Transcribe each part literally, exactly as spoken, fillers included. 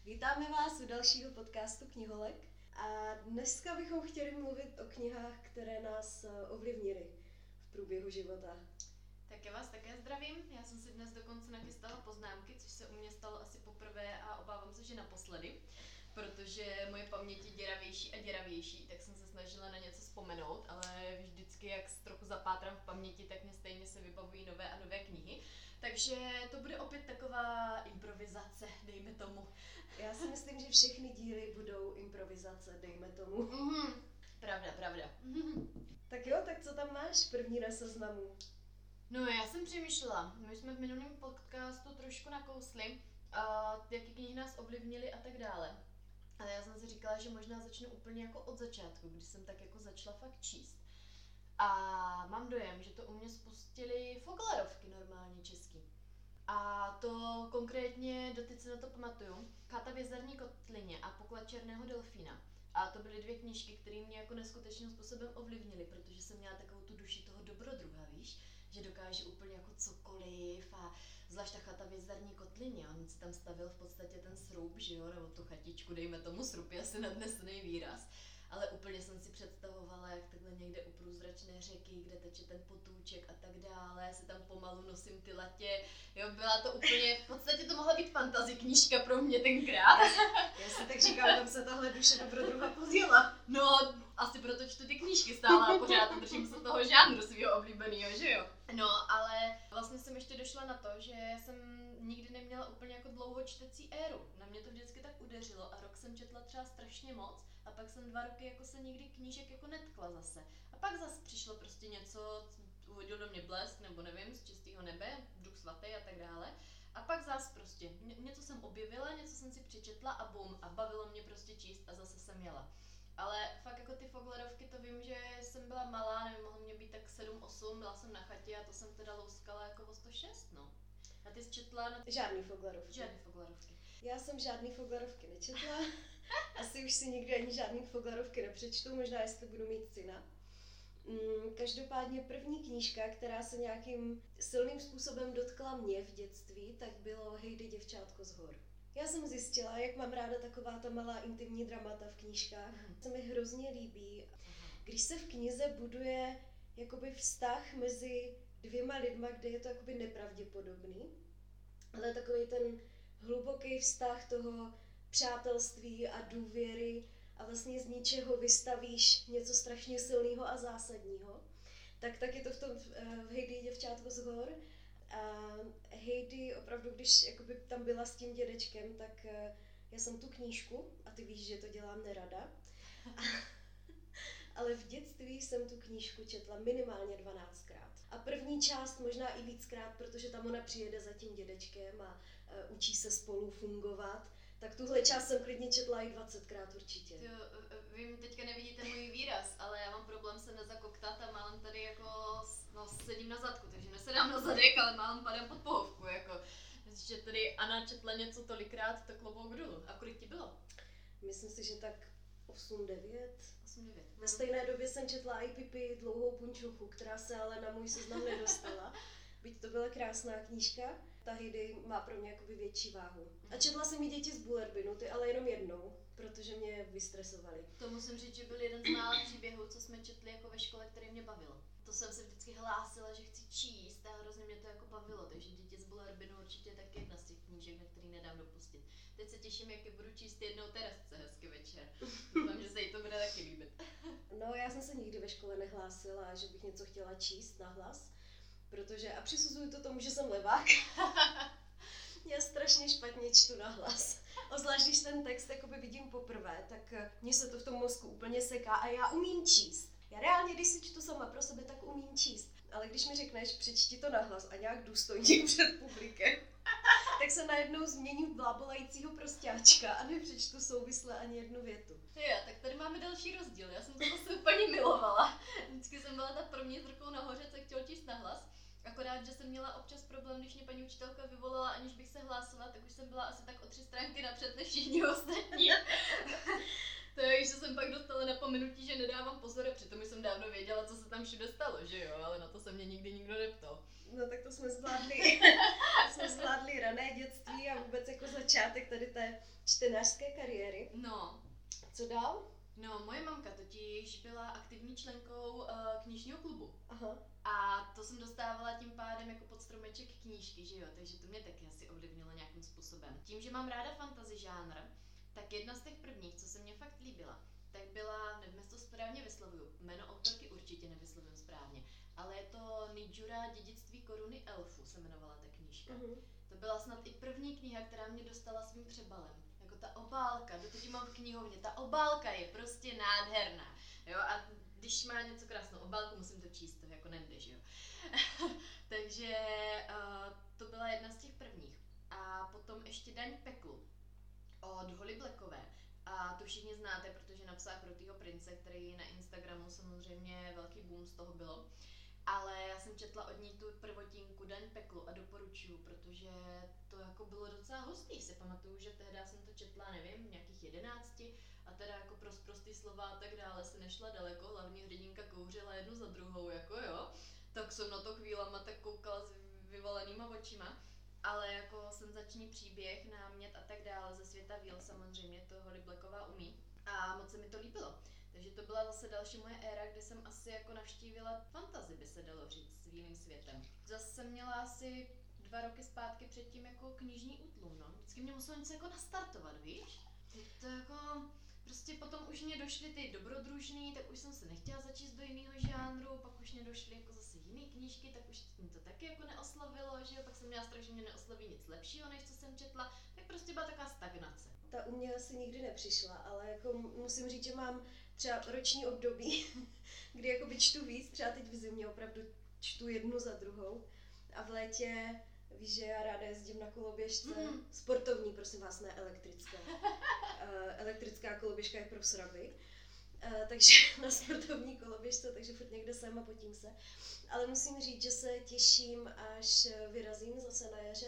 Vítáme vás u dalšího podcastu Kniholek a dneska bychom chtěli mluvit o knihách, které nás ovlivnily v průběhu života. Tak já vás také zdravím, já jsem si dnes dokonce nachystala poznámky, což se u mě stalo asi poprvé a obávám se, že naposledy, protože moje paměť je děravější a děravější, tak jsem se snažila na něco vzpomenout, ale vždycky, jak trochu zapátrám v paměti, tak mě stejně se vybavují nové a nové knihy. Takže to bude opět taková improvizace, dejme tomu. Já si myslím, že všechny díly budou improvizace, dejme tomu. Mm-hmm. Pravda, pravda. Mm-hmm. Tak jo, tak co tam máš první na seznamu? No já jsem přemýšlela, my jsme v minulém podcastu trošku nakousli, a jaké knihy nás ovlivnily a tak dále. Ale já jsem si říkala, že možná začnu úplně jako od začátku, když jsem tak jako začala fakt číst. A mám dojem, že to u mě spustily Foglerovky normálně český. A to konkrétně, doteď si na to pamatuju, Chata v jezerní kotlině a Poklad černého delfína. A to byly dvě knížky, které mě jako neskutečným způsobem ovlivnily, protože jsem měla takovou tu duši toho dobrodruha, víš? Že dokáže úplně jako cokoliv a zvlášť ta Chata v jezerní kotlině, on si tam stavil v podstatě ten srub, že jo, nebo tu chatičku, dejme tomu, srub je asi nadnesený výraz. Ale úplně jsem si představovala, jak takhle někde u průzračné řeky, kde teče ten potůček a tak dále, si tam pomalu nosím ty latě, jo, byla to úplně, v podstatě to mohla být fantasy knížka pro mě tenkrát. Já si tak říkám, tam se tahle duše dobrodruha podíla. No, asi proto čtu ty knížky stále a pořád držím se toho žánru svýho oblíbenýho, že jo. No, ale vlastně jsem ještě došla na to, že jsem nikdy neměla úplně jako dlouhočtecí éru. Na mě to vždycky tak udeřilo a rok jsem četla třeba strašně moc a pak jsem dva roky jako se nikdy knížek jako netkla zase. A pak zase přišlo prostě něco, uhodil do mě blesk, nebo nevím, z čistého nebe, Duch svatý a tak dále. A pak zase prostě, ně, něco jsem objevila, něco jsem si přečetla a bum, a bavilo mě prostě číst a zase jsem jela. Ale fakt jako ty Foglerovky, to vím, že jsem byla malá, nevím, mohlo mě být tak sedm osm, byla jsem na chatě a to jsem teda louskala jako o sto šest, no. A ty jsi četla na... Žádný Foglerovky. Žádný Foglerovky. Já jsem žádný Foglerovky nečetla, asi už si nikdy ani žádný Foglerovky nepřečtu, možná jestli budu mít syna. Mm, každopádně první knížka, která se nějakým silným způsobem dotkla mě v dětství, tak bylo Hejdy, děvčátko z hor. Já jsem zjistila, jak mám ráda taková ta malá intimní dramata v knížkách. Mm. Se mi hrozně líbí, když se v knize buduje jakoby vztah mezi dvěma lidma, kde je to jakoby nepravděpodobný, ale takový ten hluboký vztah toho přátelství a důvěry a vlastně z ničeho vystavíš něco strašně silného a zásadního. Tak, tak je to v tom v Hejdy, děvčátko z hor. A Hejdy opravdu, když jakoby tam byla s tím dědečkem, tak já jsem tu knížku, a ty víš, že to dělám nerada, a, ale v dětství jsem tu knížku četla minimálně dvanáctkrát. A první část možná i víckrát, protože tam ona přijede za tím dědečkem a uh, učí se spolu fungovat. Tak tuhle část jsem klidně četla i dvacetkrát určitě. Jo, vím, teďka nevidíte můj výraz, ale já mám problém se nezakoktat a málem tady jako, no sedím na zadku, takže nesedám na zadek, ale málem padám pod pohovku, jako. Že tady Anna četla něco tolikrát, to klobouk dolů. A kolik ti bylo? Myslím si, že tak osm devět. osm devět. Ve stejné době jsem četla i Pipi, dlouhou punčuchu, která se ale na můj seznam nedostala. Byť to byla krásná knížka, ta Hejdy má pro mě jakoby větší váhu. A četla jsem i Děti z Bullerbinu, ty ale jenom jednou, protože mě vystresovaly. To musím říct, že byl jeden z mála příběhů, co jsme četli jako ve škole, který mě bavilo. To jsem se vždycky hlásila, že chci číst a hrozně mě to jako bavilo, takže Děti z Bullerbinu určitě je taky jedna z těch knížek, na který nedám dopustit. Teď se těším, jak je budu číst jednou Teresce hezky večer. Doufám, že se jí to bude taky líbit. No, já jsem se nikdy ve škole nehlásila, že bych něco chtěla číst nahlas, protože, a přisuzuju to tomu, že jsem levák, já strašně špatně čtu nahlas. Ozvlášť, když ten text jakoby vidím poprvé, tak mně se to v tom mozku úplně seká a já umím číst. Já reálně, když si čtu sama pro sebe, tak umím číst. Ale když mi řekneš, přečti to nahlas a nějak důstojně před publikem, tak se najednou změním v blábolajícího prostáčka a nepřečtu souvisle ani jednu větu. Jo, tak tady máme další rozdíl. Já jsem to zase úplně milovala. Vždycky jsem byla ta první s rukou nahoře, co chtěla číst nahlas. Akorát, že jsem měla občas problém, když mě paní učitelka vyvolala, aniž bych se hlásila, tak už jsem byla asi tak o tři stránky napřed než všichni ostatní. Takže jsem pak dostala napomenutí, že nedávám pozor, a přitom jsem dávno věděla, co se tam všude stalo, že jo, ale na to se mě nikdy nikdo neptal. No tak to jsme zvládli, to jsme zvládli rané dětství a vůbec jako začátek tady té čtenářské kariéry. No. Co dál? No, moje mamka totiž byla aktivní členkou uh, knižního klubu. Aha. A to jsem dostávala tím pádem jako pod stromeček knížky, že jo, takže to mě taky asi ovlivnilo nějakým způsobem. Tím, že mám ráda fantasy žánr, tak jedna z těch prvních, co se mně fakt líbila, tak byla, nevím, jestli to správně vyslovuju, jméno autorky určitě nevyslovuju správně, ale je to Nidžura dědictví koruny elfů, se jmenovala ta knížka. Uh-huh. To byla snad i první kniha, která mě dostala svým přebalem. Jako ta obálka, doteď mám v knihovně, ta obálka je prostě nádherná, jo, a když má něco krásnou obálku, musím to číst, to jako nejde, že jo. Takže uh, to byla jedna z těch prvních. A potom ještě Daň peklu od Holly Blackové. A to všichni znáte, protože napsala Krutýho prince, který na Instagramu samozřejmě velký boom z toho bylo. Ale já jsem četla od ní tu prvotinku Daň peklu a doporučuju, protože to jako bylo docela hustý. Si pamatuju, že tehdy jsem to četla, nevím, nějakých jedenácti a teda jako pro prostý slova a tak dále se nešla daleko, hlavní hrdinka kouřila jednu za druhou, jako jo. Tak jsem na to chvílema tak koukala s vyvalenýma očima, ale jako senzační příběh, námět a tak dále ze světa víl samozřejmě to Holly Blacková umí a moc se mi to líbilo. Takže to byla zase další moje éra, kde jsem asi jako navštívila fantasy, by se dalo říct, s jiným světem. Zase jsem měla asi dva roky zpátky předtím jako knižní útlum, no. Vždycky mě muselo něco jako nastartovat, víš? To jako, prostě potom už mě došly ty dobrodružný, tak už jsem se nechtěla začíst do jiného žánru, pak už mě došly jako zase jiné knížky, tak už mě to taky jako neoslovilo, že jo, pak jsem měla strach, že mě neosloví nic lepšího, než co jsem četla, tak prostě byla taková stagnace. Ta u mě asi nikdy nepřišla, ale jako musím říct, že mám třeba roční období, kdy jakoby čtu víc, třeba teď v zimě opravdu čtu jednu za druhou a v létě, víš, že já ráda jezdím na koloběžce, mm. sportovní, prosím vás, ne elektrická. Uh, elektrická koloběžka je pro sraby, uh, takže na sportovní koloběžce, takže furt někde jsem a potím se. Ale musím říct, že se těším, až vyrazím zase na jaře.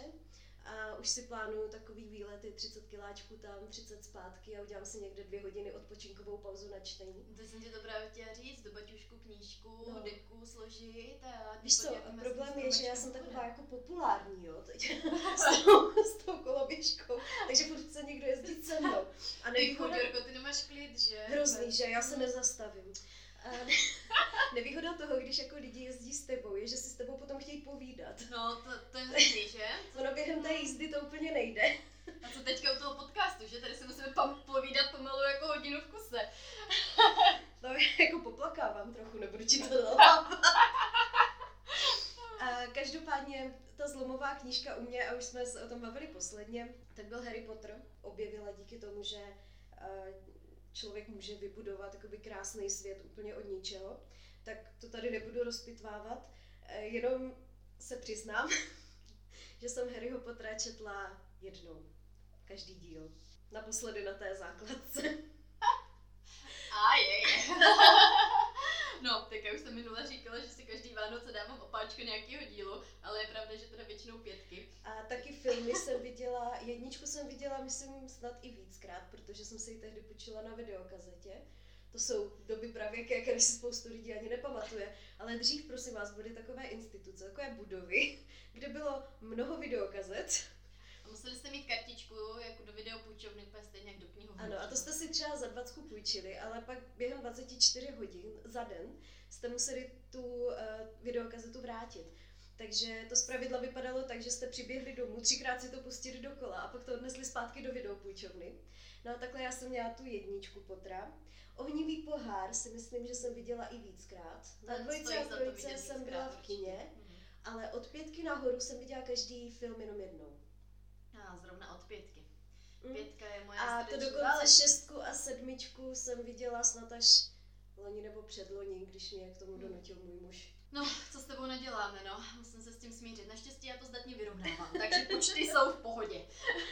A už si plánuju takový výlety, třicet kiláčků tam, třicet zpátky a udělám si někde dvě hodiny odpočinkovou pauzu na čtení. To jsem ti to právě chtěla říct, do baťušku knížku, no. Deku složit a... Víš co, problém je, že já jsem taková jako populární, jo, teď s tou, s tou koloběžkou, takže furt chce někdo jezdit se mnou. A nevýhoda... Ty chuděrko, ty nemáš klid, že? Hrozný, že? Já se nezastavím. A nevýhoda toho, když jako lidi jezdí s tebou, je, že si s tebou potom chtějí povídat. No, to, to je hrozný, že? Ono během té jízdy to úplně nejde. A co teďka u toho podcastu, že? Tady si musíme pam- povídat pomalu jako hodinu v kuse. To jako poplakávám trochu, nebudu ti to dát. A každopádně ta zlomová knížka u mě, a už jsme se o tom bavili posledně, tak byl Harry Potter. Objevila díky tomu, že člověk může vybudovat jakoby krásný svět úplně od ničeho, tak to tady nebudu rozpitvávat, jenom se přiznám, že jsem Harryho Pottera četla jednou, každý díl, naposledy na té základce. A je, je. No, tak já už jsem minule říkala, že si každý Vánoce dávám opáčku nějakého dílu, ale je pravda, že teda většinou pětky. A taky filmy jsem viděla, jedničku jsem viděla, myslím, snad i víckrát, protože jsem si ji tehdy půjčila na videokazetě. To jsou doby pravěké, které si spoustu lidí ani nepamatuje. Ale dřív, prosím vás, byly takové instituce, takové budovy, kde bylo mnoho videokazet. A museli jste mít kartičku jako do videopůjčovny, úplně stejně jak do knihovny. Ano, a to jste si třeba za dvacku půjčili, ale pak během dvacet čtyři hodin za den jste museli tu uh, videokazetu vrátit. Takže to zpravidla vypadalo tak, že jste přiběhli domů, třikrát si to pustili dokola a pak to odnesli zpátky do videopůjčovny. No a takhle já jsem měla tu jedničku Pottera. Ohnivý pohár si myslím, že jsem viděla i víckrát. Na dvojce a trojce jsem byla v kině, mm. ale od pětky nahoru jsem viděla každý film jenom jednou. A zrovna od pětky. Pětka je moje a to dokonce šestku a sedmičku jsem viděla snad až loni nebo předloni, když mě k tomu donutil můj muž. No, co s tebou neděláme, no. Musím se s tím smířit. Naštěstí já to zdatně vyrovnávám, takže počty jsou v pohodě.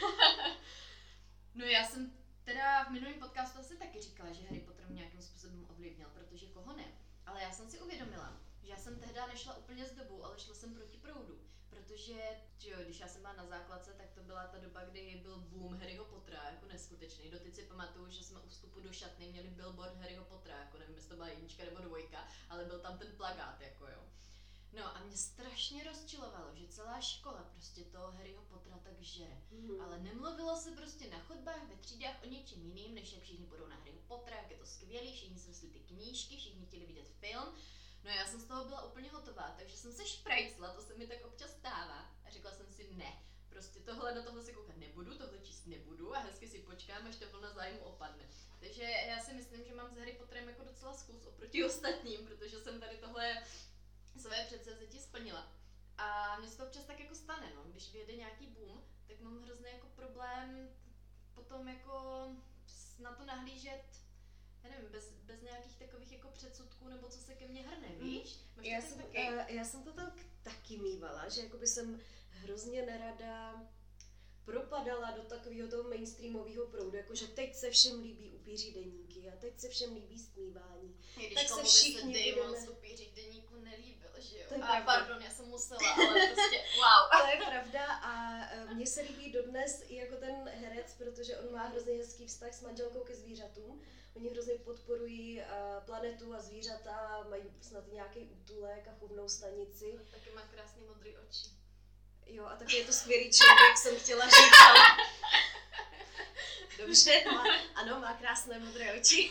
No já jsem teda v minulém podcastu asi taky říkala, že Harry Potter mě nějakým způsobem ovlivnil, protože koho ne. Ale já jsem si uvědomila, že já jsem tehdy nešla úplně z dobu, ale šla jsem proti proudu. Protože, že jo, když já jsem byla na základce, tak to byla ta doba, kdy byl boom Harryho Pottera, jako neskutečný. Doteď si pamatuju, že jsme u vstupu do šatny měli billboard Harryho Pottera, jako nevím, jestli to byla jednička nebo dvojka, ale byl tam ten plakát, jako jo. No a mě strašně rozčilovalo, že celá škola prostě toho Harryho Pottera tak žere. Mm. Ale nemluvilo se prostě na chodbách, ve třídách o něčem jiným, než jak všichni půjdou na Harryho Pottera, jak je to skvělý, všichni si nosili ty knížky, všichni chtěli vidět film. No já jsem z toho byla úplně hotová, takže jsem se šprajcla, to se mi tak občas stává. A řekla jsem si ne, prostě tohle na tohle se koukat nebudu, tohle číst nebudu a hezky si počkám, až ta vlna zájmu opadne. Takže já si myslím, že mám s Harry Potterem jako docela zkus oproti ostatním, protože jsem tady tohle své předsevzetí splnila. A mně se to občas tak jako stane, no, když vyjede nějaký boom, tak mám hrozně jako problém potom jako na to nahlížet, já nevím, bez, bez nějakých takových jako předsudků, nebo co se ke mně hrne, víš? Máš já, to jsem, taky? uh, já jsem to tak taky mývala, že jakoby jsem hrozně nerada propadala do takového toho mainstreamového proudu, jakože teď se všem líbí upíří deníky a teď se všem líbí stmívání. Když tak komu se všichni by se budeme... z upířích deníku nelíbil, že jo? To je A pravda. pardon, já jsem musela, ale prostě wow. To je pravda a mně se líbí dodnes i jako ten herec, protože on má hrozně hezký vztah s manželkou ke zvířatům. Oni hrozně podporují uh, planetu a zvířata, mají snad nějaký útulek a chovnou stanici. A taky má krásný modrý oči. Jo, a taky je to skvělý člověk, jsem chtěla říct, ale... Dobře, má, ano, má krásné modré oči.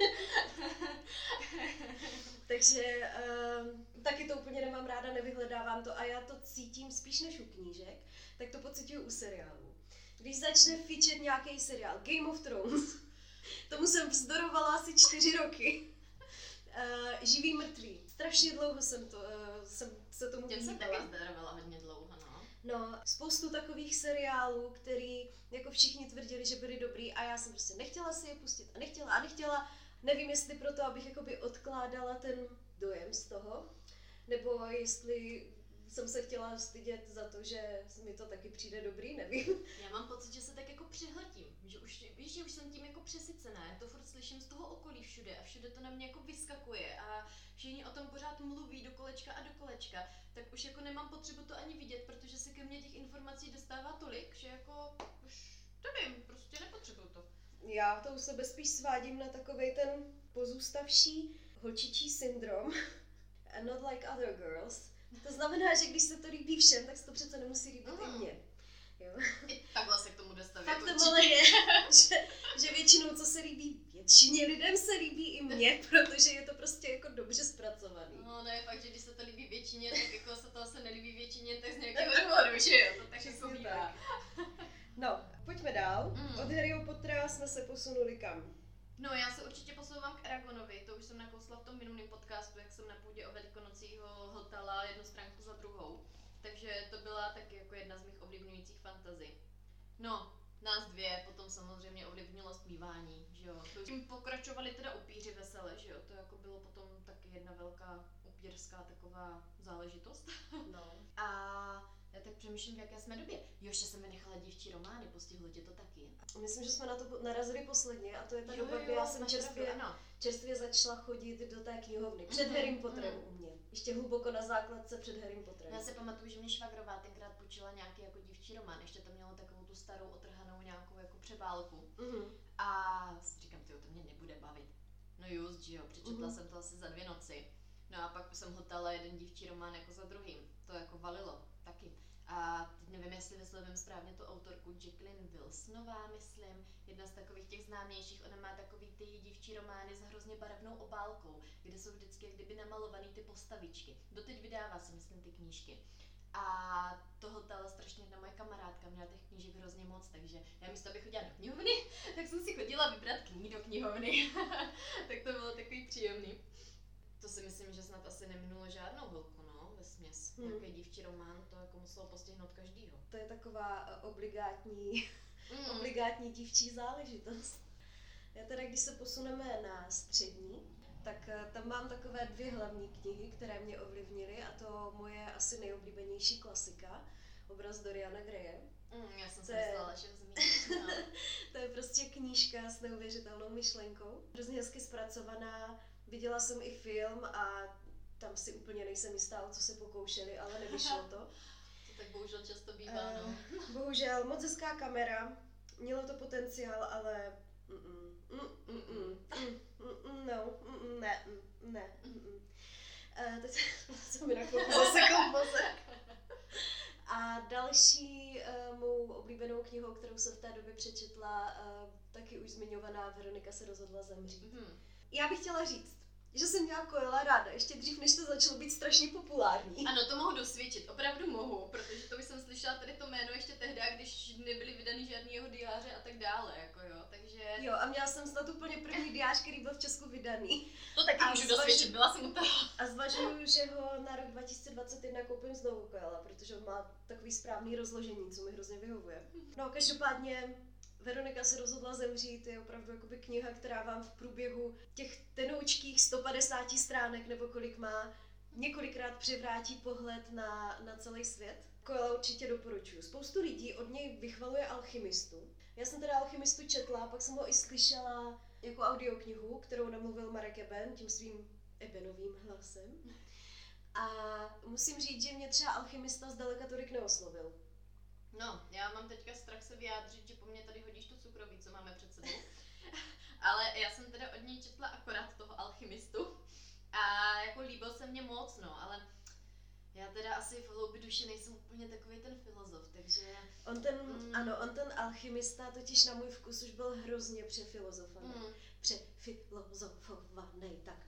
Takže um, taky to úplně nemám ráda, nevyhledávám to a já to cítím spíš než u knížek, tak to pociťuju u seriálů. Když začne fičet nějaký seriál, Game of Thrones, tomu jsem vzdorovala asi čtyři roky. Uh, živý mrtvý. Strašně dlouho jsem, to, uh, jsem se tomu Těm jsem vyhýbala. taky vzdorovala hodně dlouho, no. No, spoustu takových seriálů, který jako všichni tvrdili, že byly dobrý a já jsem prostě nechtěla si je pustit a nechtěla a nechtěla. Nevím, jestli proto, abych jakoby odkládala ten dojem z toho, nebo jestli jsem se chtěla stydět za to, že mi to taky přijde dobrý, nevím. Já mám pocit, že se tak jako přehltím, že už, víš, že už jsem tím jako přesycená, já to furt slyším z toho okolí všude a všude to na mě jako vyskakuje a všichni o tom pořád mluví do kolečka a do kolečka, tak už jako nemám potřebu to ani vidět, protože se ke mně těch informací dostává tolik, že jako už nevím, prostě nepotřebuju to. Já to u sebe spíš svádím na takovej ten pozůstavší holčičí syndrom, not like other girls. To znamená, že když se to líbí všem, tak se to přece nemusí líbit mm. i mně. Jo. I takhle se k tomu dostavit. Fakt to ale je, že, že většinou, co se líbí většině lidem, se líbí i mně, protože je to prostě jako dobře zpracovaný. No ne, fakt, že když se to líbí většině, tak jako se to asi nelíbí většině, tak z nějakého důvodu, že jo, to tak jako bývá. No, pojďme dál. Mm. Od Harryho Pottera jsme se posunuli kam? No, já se určitě posouvám k Eragonovi, to už jsem nakousla v tom minulém podcastu, jak jsem na půdě o Velikonocích ho hltala jednu stránku za druhou. Takže to byla taky jako jedna z mých ovlivňujících fantazí. No, nás dvě potom samozřejmě ovlivnilo zpívání, že jo. To tím pokračovali teda upíři vesele, že jo. To jako bylo potom taky jedna velká upírská taková záležitost. No. A já tak přemýšlím, v jaké jsme době. Jo, ještě jsem mi nechala dívčí romány, postihlo tě to taky. Myslím, že jsme na to narazili posledně a to je ta jo, doba, kdy jo, já jsem čerstvě, ano. čerstvě začala chodit do té knihovny. Před mm-hmm. Harrym Potterem mm. u mě. Ještě hluboko na základce před Harrym Potterem. Já si pamatuju, že mě švagrová tenkrát půjčila nějaký jako dívčí román, ještě to mělo takovou tu starou otrhanou nějakou jako přebálku. Mm-hmm. A si říkám, tyjo, to mě nebude bavit. No just, že jo, přečetla mm-hmm. jsem to asi za dvě noci. No a pak jsem hltala jeden dívčí román jako za druhým. To jako valilo, taky. A teď nevím, jestli vyslovím správně tu autorku, Jacqueline Wilsonová, myslím, jedna z takových těch známějších, ona má takový ty dívčí romány s hrozně barevnou obálkou, kde jsou vždycky jak kdyby namalovaný ty postavičky. Doteď vydává si, myslím, ty knížky. A toho tala strašně jedna moje kamarádka, měla těch knížek hrozně moc, takže já místo, abych chodila do knihovny, tak jsem si chodila vybrat knihy do knihovny. Tak to bylo takový příjemný. To si myslím, že snad asi neminulo žádnou holku, no, vesměs. Hmm. Nějaký dívčí román, to jako muselo postihnout každýho. To je taková obligátní, mm. obligátní dívčí záležitost. Já teda, když se posuneme na střední, tak tam mám takové dvě hlavní knihy, které mě ovlivnily, a to moje asi nejoblíbenější klasika, Obraz Doriana Graye. Mm, já jsem si myslela, že ho zmíníš. No. To je prostě knížka s neuvěřitelnou myšlenkou, hrozně hezky zpracovaná. Viděla jsem i film a tam si úplně nejsem jistá, o co se pokoušeli, ale nevyšlo to. To tak bohužel často bývá, no. Uh, bohužel, moc hezká kamera, mělo to potenciál, ale mm, mm, mm, mm, mm, mm, mm, no, mm, ne, mm, ne. Mm, mm. Uh, teď se mi na chvilku zasekl mozek. A další uh, mou oblíbenou knihou, kterou jsem v té době přečetla, uh, taky už zmiňovaná Veronika se rozhodla zemřít. Mm. Já bych chtěla říct, že jsem měla Coela ráda, ještě dřív, než to začalo být strašně populární. Ano, to mohu dosvědčit, opravdu mohu, protože to bych jsem slyšela tady to jméno ještě tehdy, když nebyly vydaný žádný jeho diáře a tak dále, jako jo, takže... Jo, a měla jsem snad úplně první diář, který byl v Česku vydaný. To taky a můžu zvažu... dosvědčit, byla jsem u toho. A zvažuju, že ho na rok dva tisíce dvacet jedna koupím znovu Coela, protože on má takový správný rozložení, co mi hrozně vyhovuje. No, každopádně Veronika se rozhodla zemřít je opravdu jakoby kniha, která vám v průběhu těch tenoučkých sto padesát stránek, nebo kolik má, několikrát převrátí pohled na, na celý svět. Coela určitě doporučuji. Spoustu lidí od něj vychvaluje Alchymistu. Já jsem teda Alchymistu četla, pak jsem ho i slyšela jako audioknihu, kterou namluvil Marek Eben tím svým Ebenovým hlasem. A musím říct, že mě třeba Alchymista zdaleka tolik neoslovil. No, já mám teďka strach se vyjádřit, že po mně tady hodíš to cukroví, co máme před sebou. Ale já jsem teda od něj četla akorát toho Alchymistu. A jako líbil se mně moc, no, ale já teda asi v hloubi duše nejsem úplně takový ten filozof, takže... On ten, mm. ano, on ten Alchymista totiž na můj vkus už byl hrozně přefilozofovaný. Mm. Přefilozofovaný, tak.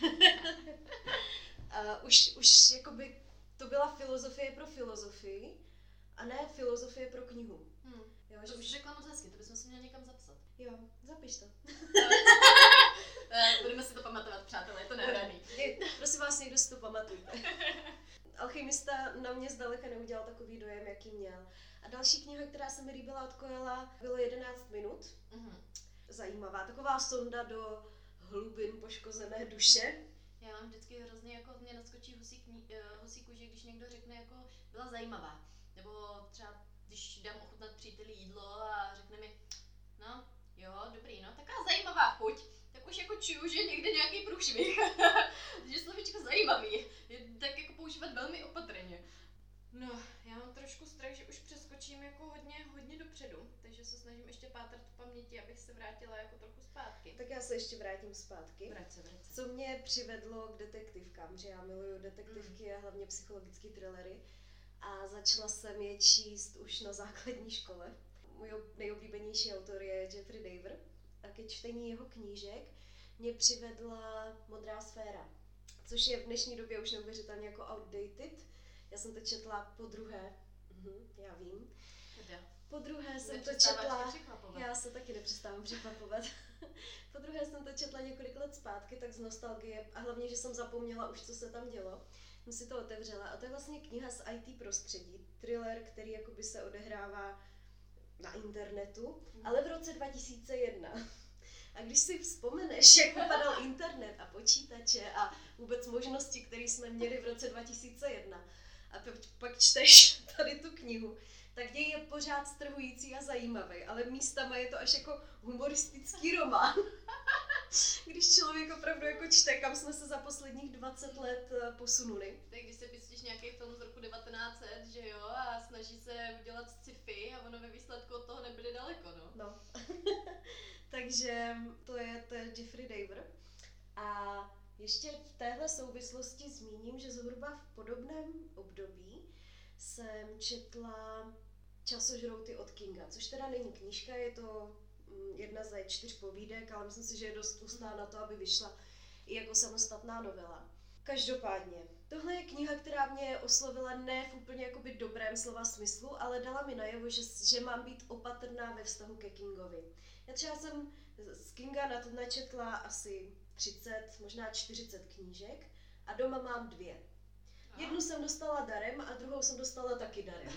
uh, už, už jakoby to byla filozofie pro filozofii, a ne filozofie pro knihu. Hmm. Jo, že to už řekla moc hezky, to bychom si měli někam zapsat. Jo, zapiš to. Budeme si to pamatovat, přátelé, je to nahraný. Prosím vás, někdo si to pamatujte. Alchymista na mě zdaleka neudělal takový dojem, jaký měl. A další kniha, která se mi líbila od Coela, bylo jedenáct minut. Mm-hmm. Zajímavá, taková sonda do hlubin poškozené duše. Já mám vždycky hrozně, jako mě naskočí husí, kni- husí kůži, když někdo řekne, jako byla zajímavá. Nebo třeba, když dám ochutnat příteli jídlo a řekne mi, no, jo, dobrý, no, taková zajímavá chuť, tak už jako čuju, že někde nějaký průšvih. Takže slovíčko zajímavý, je tak jako používat velmi opatrně. No, já mám trošku strach, že už přeskočím jako hodně, hodně dopředu, takže se snažím ještě pátrat v paměti, abych se vrátila jako trochu zpátky. Tak já se ještě vrátím zpátky. Vrať se, vrať se. Co mě přivedlo k detektivkám, že já miluju detektivky mm. a hlavně psychologické thrillery. A začala jsem je číst už na základní škole. Můj nejoblíbenější autor je Jeffrey Deaver a ke čtení jeho knížek mě přivedla Modrá sféra, což je v dnešní době už neuvěřitelně jako outdated. Já jsem to četla po druhé, mhm, já vím. Po druhé jsem to četla, já se taky nepřestávám překvapovat. Po druhé jsem to četla několik let zpátky, tak z nostalgie a hlavně, že jsem zapomněla už, co se tam dělo. Jsem si to otevřela a to je vlastně kniha z í té prostředí, thriller, který jakoby se odehrává na internetu, mm. ale v roce dva tisíce jedna. A když si vzpomeneš, jak vypadal internet a počítače a vůbec možnosti, které jsme měli v roce dva tisíce jedna a pak čteš tady tu knihu, tak děj je pořád strhující a zajímavý, ale místama je to až jako humoristický román. Když člověk opravdu jako čte, kam jsme se za posledních dvacet let posunuli. Tak když se píšeš nějaký film z roku devatenáct set, že jo, a snaží se udělat sci-fi a ono ve výsledku od toho nebyly daleko, no. No. Takže to je, to je Jeffrey Deaver. A ještě v téhle souvislosti zmíním, že zhruba v podobném období jsem četla Časožrouty od Kinga, což teda není knížka, je to jedna ze čtyř povídek, ale myslím si, že je dost tlustá na to, aby vyšla i jako samostatná novela. Každopádně, tohle je kniha, která mě oslovila ne v úplně jakoby dobrém slova smyslu, ale dala mi najevo, že, že mám být opatrná ve vztahu ke Kingovi. Já třeba jsem z Kinga načetla asi třicet, možná čtyřicet knížek a doma mám dvě. Jednu jsem dostala darem a druhou jsem dostala taky darem.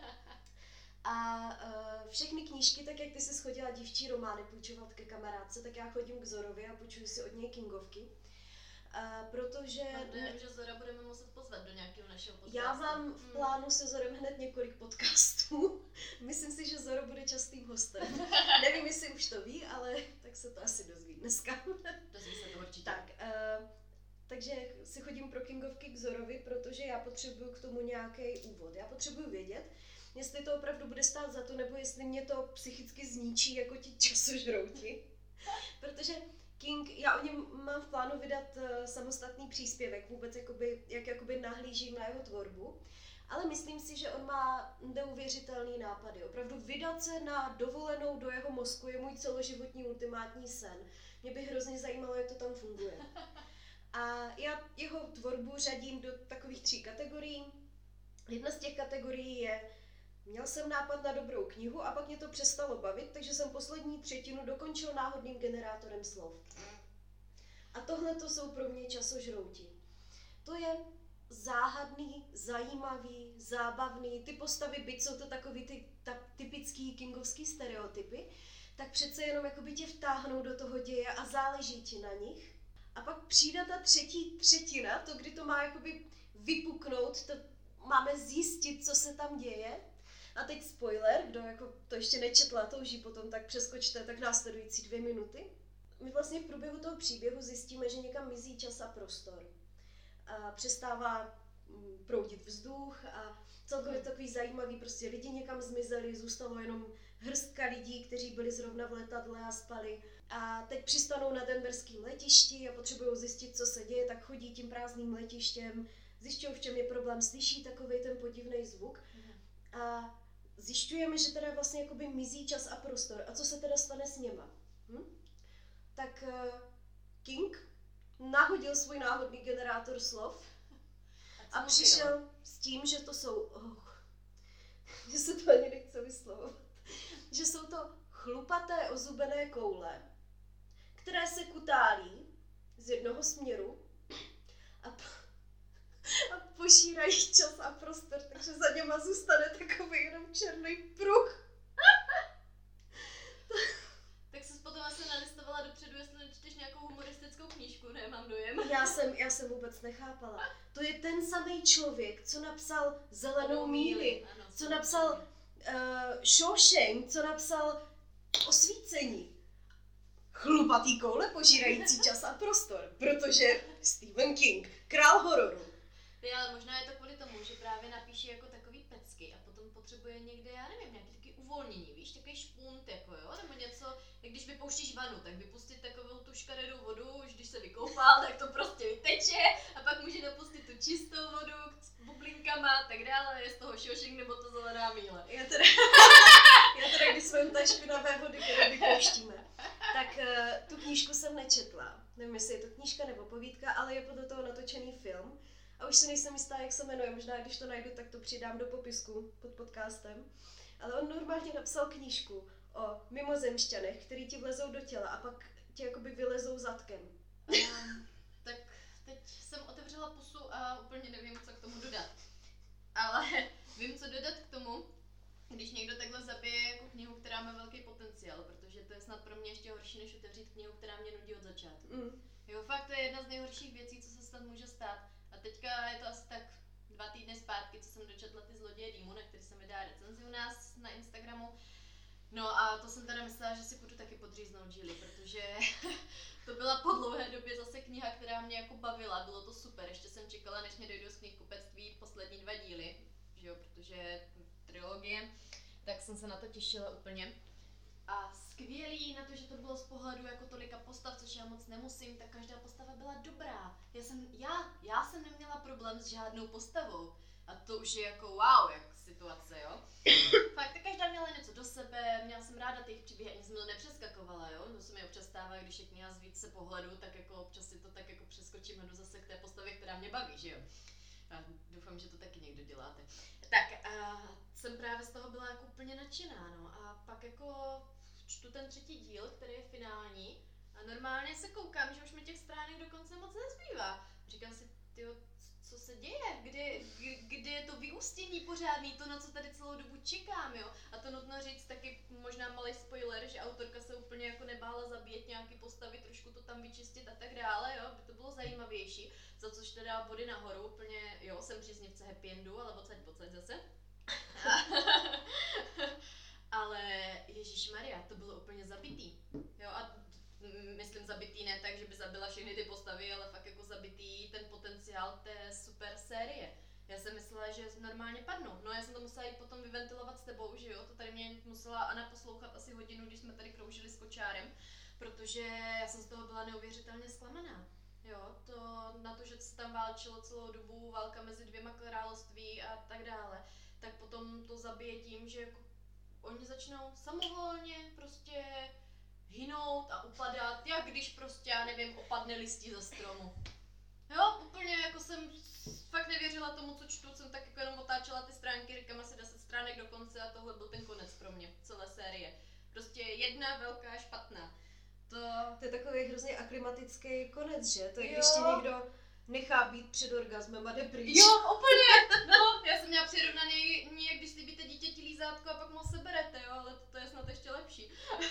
A uh, všechny knížky, tak jak ty jsi schodila dívčí romány půjčovat ke kamarádce, tak já chodím k Zorovi a půjčuji si od něj Kingovky. Uh, protože... Pardon, že Zora budeme muset pozvat do nějakého našeho podcastu. Já mám v plánu se Zorem hned několik podcastů. Myslím si, že Zoro bude častým hostem. Nevím, jestli už to ví, ale tak se to asi dozví dneska. Dozví se to určitě. Tak, uh, takže si chodím pro Kingovky k Zorovi, protože já potřebuju k tomu nějaký úvod. Já potřebuju vědět, jestli to opravdu bude stát za to, nebo jestli mě to psychicky zničí jako ti časožrouti. Protože King, já o něm mám v plánu vydat uh, samostatný příspěvek, vůbec jakoby, jak jakoby nahlížím na jeho tvorbu, ale myslím si, že on má neuvěřitelný nápady. Opravdu vydat se na dovolenou do jeho mozku je můj celoživotní ultimátní sen. Mě by hrozně zajímalo, jak to tam funguje. A já jeho tvorbu řadím do takových tří kategorií. Jedna z těch kategorií je, měl jsem nápad na dobrou knihu a pak mě to přestalo bavit, takže jsem poslední třetinu dokončil náhodným generátorem slov. A tohle to jsou pro mě časožrouti. To je záhadný, zajímavý, zábavný, ty postavy, byť jsou to takový ty ta, typický kingovský stereotypy, tak přece jenom jakoby tě vtáhnou do toho děje a záleží ti na nich. A pak přijde ta třetí třetina, to, kdy to má jakoby vypuknout, to máme zjistit, co se tam děje. A teď spoiler, kdo jako to ještě nečetl a touží potom, tak přeskočte tak následující dvě minuty. My vlastně v průběhu toho příběhu zjistíme, že někam mizí čas a prostor. A přestává proudit vzduch a celkově takový zajímavý, prostě lidi někam zmizeli, zůstalo jenom hrstka lidí, kteří byli zrovna v letadle a spali. A teď přistanou na denverském letišti a potřebují zjistit, co se děje, tak chodí tím prázdným letištěm, zjišťují, v čem je problém, slyší takovej ten podivný zvuk. A zjišťujeme, že teda vlastně jakoby mizí čas a prostor. A co se teda stane s něma? Hm? Tak uh, King nahodil svůj náhodný generátor slov a, a přišel s tím, že to jsou, oh, že se to ani nechce vyslovovat, že jsou to chlupaté ozubené koule, které se kutálí z jednoho směru a, a požírají čas a prostor, takže za něma zůstane takový jenom černý pruh. Tak jsi potom asi nalistovala dopředu, jestli nečteš nějakou humoristickou knížku, ne, mám dojem. Já jsem, já jsem vůbec nechápala. To je ten samý člověk, co napsal Zelenou míli, ano, co napsal uh, Shawshank, co napsal Osvícení. Chlupatý koule požírající čas a prostor, protože Stephen King, král hororu. Ty, ale možná je to kvůli tomu, že právě napíše jako takový pecky a potom potřebuje někde, já nevím, nějaký taky uvolnění, víš, takový špunt, jako jo, nebo něco, jak když vypouštíš vanu, tak vypustit takovou tu škaredou vodu, už když se vykoupal, tak to prostě vyteče a pak může dopustit tu čistou vodu s bublinkama a tak dále, je z toho Shawshank nebo to Zelená míle. Já teda, já teda když jsme té špinavé vody, které vypouštíme, tak uh, tu knížku jsem nečetla, nevím, jestli je to knížka nebo povídka, ale je podle toho natočený film. A už si nejsem jistá, jak se jmenuje, možná když to najdu, tak to přidám do popisku pod podcastem. Ale on normálně napsal knížku o mimozemšťanech, který ti vlezou do těla a pak ti jakoby vylezou zadkem. Um, tak teď jsem otevřela pusu a úplně nevím, co k tomu dodat. Ale vím, co dodat k tomu, když někdo takhle zabije jako knihu, která má velký potenciál, protože to je snad pro mě ještě horší, než otevřít knihu, která mě nudí od začátku. Mm. Jo, fakt to je jedna z nejhorších věcí, co se snad může stát. A teďka je to asi tak dva týdny zpátky, co jsem dočetla ty Zloděje dýmu, na který se mi dá recenzi u nás na Instagramu. No a to jsem teda myslela, že si půjdu taky podříznout žily, protože to byla po dlouhé době zase kniha, která mě jako bavila, bylo to super. Ještě jsem čekala, než mě dojdou z knihkupectví poslední dva díly, že jo, protože trilogie, tak jsem se na to těšila úplně. A skvělý na to, že to bylo z pohledu jako tolika postav, což já moc nemusím, tak každá postava byla dobrá. Já jsem, já, já jsem neměla problém s žádnou postavou. A to už je jako wow, jak situace, jo. Fakt, tak každá měla něco do sebe, měla jsem ráda těch příběhy, ani jsem to nepřeskakovala, jo. To se mi občas stává, když je kniha z více pohledu, tak jako občas si to tak jako přeskočím a jdu zase k té postavě, která mě baví, že jo. A doufám, že to taky někdo děláte. Tak a jsem právě z toho byla jako úplně nadšená, no. A pak jako čtu ten třetí díl, který je finální a normálně se koukám, že už mi těch stránek dokonce moc nezbývá. Říkám si, tyjo, co se děje, kdy, kdy je to vyústění pořádný, to, na co tady celou dobu čekám, jo. A to nutno říct taky možná malý spoiler, že autorka se úplně jako nebála zabíjet nějaký postavy, trošku to tam vyčistit a tak dále, jo, aby to bylo zajímavější, za což teda body nahoru, úplně, jo, jsem příznivce happy endu, ale odsaď, odsaď zase. Ale ježišmarja, to bylo úplně zabitý, jo, a myslím zabitý ne tak, že by zabila všechny ty postavy, ale fakt jako zabitý ten potenciál té super série. Já jsem myslela, že normálně padnu. No já jsem to musela jít potom vyventilovat s tebou, že jo, to tady mě musela Anna poslouchat asi hodinu, když jsme tady kroužili s kočárem. protože já jsem z toho byla neuvěřitelně zklamaná. Jo, to na to, že se tam válčilo celou dobu, válka mezi dvěma království a tak dále, tak potom to zabije tím, že jako oni začnou samovolně prostě hynout a upadat, jak když prostě, já nevím, opadne listí ze stromu. Jo, úplně jako jsem fakt nevěřila tomu, co čtu, jsem tak jako jenom otáčela ty stránky, říkám asi deset stránek do konce a tohle byl ten konec pro mě, celé série. Prostě jedna velká špatná. To, to je takový hrozně aklimatický konec, že? To je, jo. když tě někdo nechá být před orgasmem a jde pryč. Jo, úplně, no, já jsem měla přirovnaný, jak když slíbíte dítěti lízátko a pak mu seberete, jo, ale to, to je snad ještě lepší.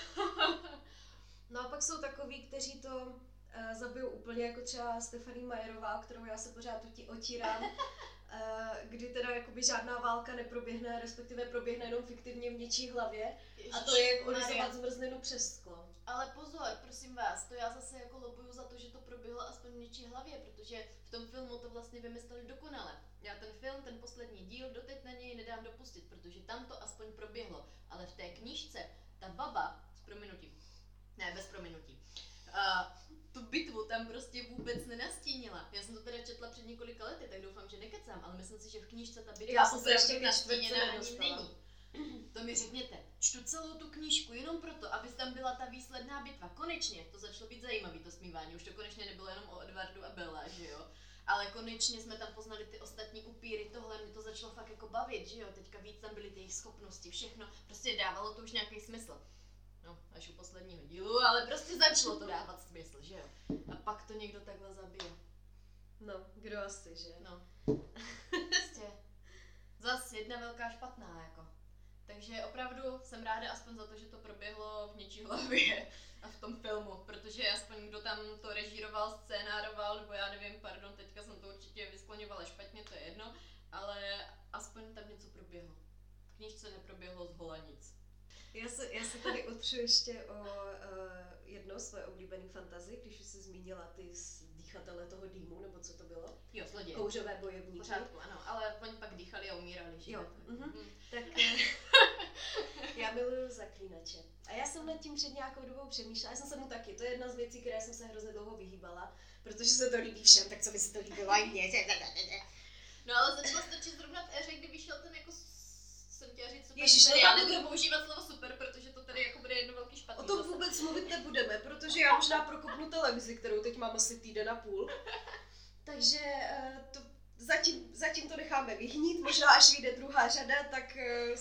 No a pak jsou takový, kteří to uh, zabijou úplně, jako třeba Stephanie Meyerová, kterou já se pořád otírám, uh, kdy teda jakoby žádná válka neproběhne, respektive proběhne jenom fiktivně v něčí hlavě. Ježiš, a to je jak odezovat zmrzlinu přes sklo. Ale pozor, prosím vás, to já zase jako lobuju za to, že to proběhlo aspoň v něčí hlavě, protože v tom filmu to vlastně vymysleli dokonale. Já ten film, ten poslední díl, doteď na něj nedám dopustit, protože tam to aspoň proběhlo. Ale v té knížce ta baba, s prominutím, ne, bez prominutí, uh, tu bitvu tam prostě vůbec nenastínila. Já jsem to teda četla před několika lety, tak doufám, že nekecám, ale myslím si, že v knížce ta bitva já jsem se ještě nastíněna ani není. To mi řekněte, čtu celou tu knížku jenom proto, aby tam byla ta výsledná bitva. Konečně to začalo být zajímavý, to smívání. Už to konečně nebylo jenom o Edwardu a Bella, že jo? Ale konečně jsme tam poznali ty ostatní upíry, tohle mě to začalo fakt jako bavit, že jo? Teďka víc tam byly ty jejich schopnosti, všechno. Prostě dávalo to už nějaký smysl. No, až u posledního dílu, ale prostě začalo to dávat smysl, že jo? A pak to někdo takhle zabije. No, kdo asi, že? No. Prostě. Zas jedna velká špatná, jako. Takže opravdu jsem ráda aspoň za to, že to proběhlo v něčí hlavě a v tom filmu, protože aspoň kdo tam to režíroval, scénároval, nebo já nevím, pardon, teďka jsem to určitě vyskloňovala špatně, to je jedno, ale aspoň tam něco proběhlo. V knížce neproběhlo zhola nic. Já se, já se tady otřu ještě o uh, jedno své oblíbené fantasy, když jsi zmínila ty dýchatele toho dýmu, nebo co to bylo? Jo, zloděj. Kouřové bojovníky. Pořádku, ano, ale oni pak dýchali a umírali, že? Jo, mhm. Mm. Tak já miluju Zaklínače. A já jsem nad tím před nějakou dobou přemýšlela, já jsem se mu taky, to je jedna z věcí, které jsem se hrozně dlouho vyhýbala, protože se to líbí všem, tak co by se to líbilo i mně. No ale začala stačit zrovna v éře, kdy vyšel ten jako jsem chtěla říct super, Ježiš, no, já nebudu používat slovo super, protože to tady jako bude jedno velký špatný. O tom vůbec mluvit nebudeme, protože já možná prokopnu televizi, kterou teď mám asi týden a půl. Takže uh, to zatím, zatím to necháme vyhnít, možná až vyjde druhá řada, tak uh,